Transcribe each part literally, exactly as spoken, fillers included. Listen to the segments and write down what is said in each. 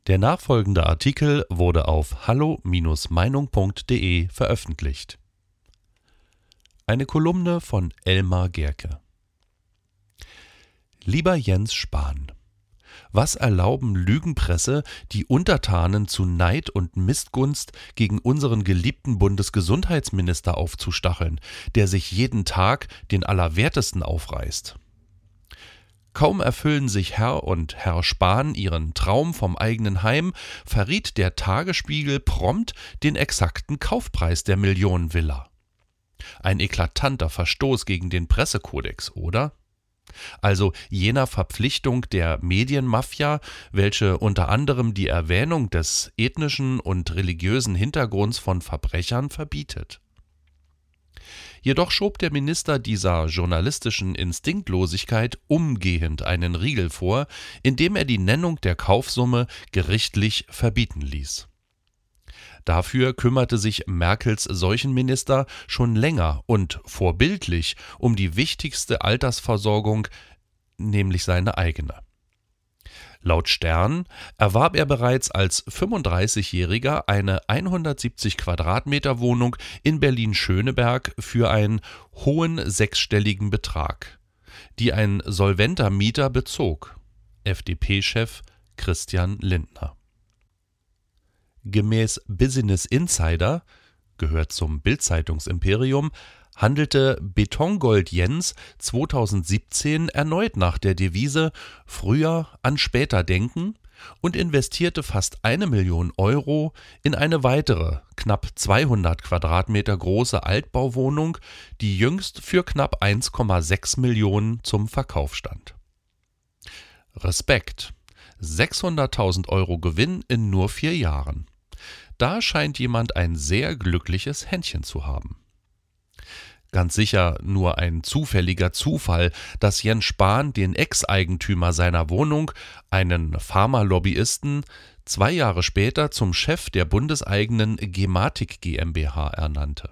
Der nachfolgende Artikel wurde auf hallo Bindestrich meinung Punkt de veröffentlicht. Eine Kolumne von Elmar Gerke. Lieber Jens Spahn, was erlauben Lügenpresse, die Untertanen zu Neid und Missgunst gegen unseren geliebten Bundesgesundheitsminister aufzustacheln, der sich jeden Tag den Allerwertesten aufreißt? Kaum erfüllen sich Herr und Herr Spahn ihren Traum vom eigenen Heim, verriet der Tagesspiegel prompt den exakten Kaufpreis der Millionenvilla. Ein eklatanter Verstoß gegen den Pressekodex, oder? Also jener Verpflichtung der Medienmafia, welche unter anderem die Erwähnung des ethnischen und religiösen Hintergrunds von Verbrechern verbietet. Jedoch schob der Minister dieser journalistischen Instinktlosigkeit umgehend einen Riegel vor, indem er die Nennung der Kaufsumme gerichtlich verbieten ließ. Dafür kümmerte sich Merkels Seuchenminister schon länger und vorbildlich um die wichtigste Altersversorgung, nämlich seine eigene. Laut Stern erwarb er bereits als fünfunddreißigjähriger eine hundertsiebzig Quadratmeter Wohnung in Berlin-Schöneberg für einen hohen sechsstelligen Betrag, die ein solventer Mieter bezog, F D P-Chef Christian Lindner. Gemäß Business Insider, gehört zum Bild-Zeitungs-Imperium, handelte Betongold Jens zweitausendsiebzehn erneut nach der Devise „Früher an später denken“ und investierte fast eine Million Euro in eine weitere, knapp zweihundert Quadratmeter große Altbauwohnung, die jüngst für knapp eins Komma sechs Millionen zum Verkauf stand. Respekt! sechshunderttausend Euro Gewinn in nur vier Jahren. Da scheint jemand ein sehr glückliches Händchen zu haben. Ganz sicher nur ein zufälliger Zufall, dass Jens Spahn den Ex-Eigentümer seiner Wohnung, einen Pharmalobbyisten, zwei Jahre später zum Chef der bundeseigenen Gematik GmbH ernannte.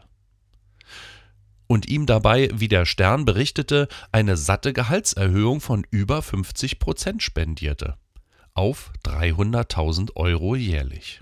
Und ihm dabei, wie der Stern berichtete, eine satte Gehaltserhöhung von über fünfzig Prozent spendierte. Auf dreihunderttausend Euro jährlich.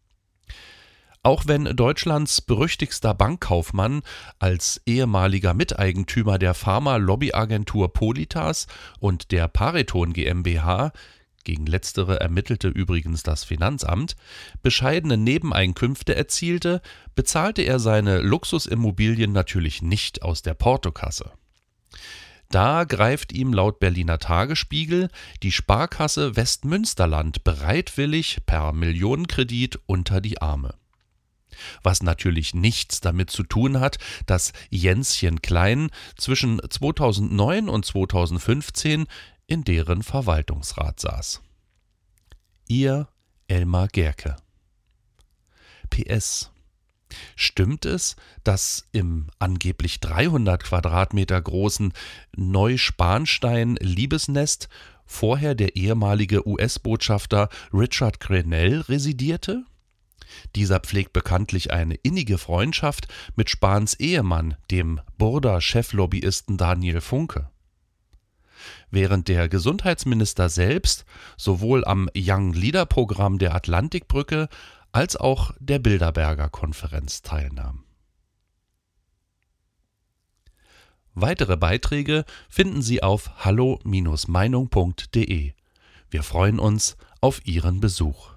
Auch wenn Deutschlands berüchtigster Bankkaufmann als ehemaliger Miteigentümer der Pharma-Lobbyagentur Politas und der Pariton GmbH, gegen letztere ermittelte übrigens das Finanzamt, bescheidene Nebeneinkünfte erzielte, bezahlte er seine Luxusimmobilien natürlich nicht aus der Portokasse. Da greift ihm laut Berliner Tagesspiegel die Sparkasse Westmünsterland bereitwillig per Millionenkredit unter die Arme. Was natürlich nichts damit zu tun hat, dass Jänschen Klein zwischen zweitausendneun und zweitausendfünfzehn in deren Verwaltungsrat saß. Ihr Elmar Gerke. P S. Stimmt es, dass im angeblich dreihundert Quadratmeter großen Neuschwanstein-Liebesnest vorher der ehemalige U S-Botschafter Richard Grenell residierte? Dieser pflegt bekanntlich eine innige Freundschaft mit Spahns Ehemann, dem Burda-Cheflobbyisten Daniel Funke. Während der Gesundheitsminister selbst sowohl am Young Leader Programm der Atlantikbrücke als auch der Bilderberger Konferenz teilnahm. Weitere Beiträge finden Sie auf hallo Bindestrich meinung Punkt de. Wir freuen uns auf Ihren Besuch.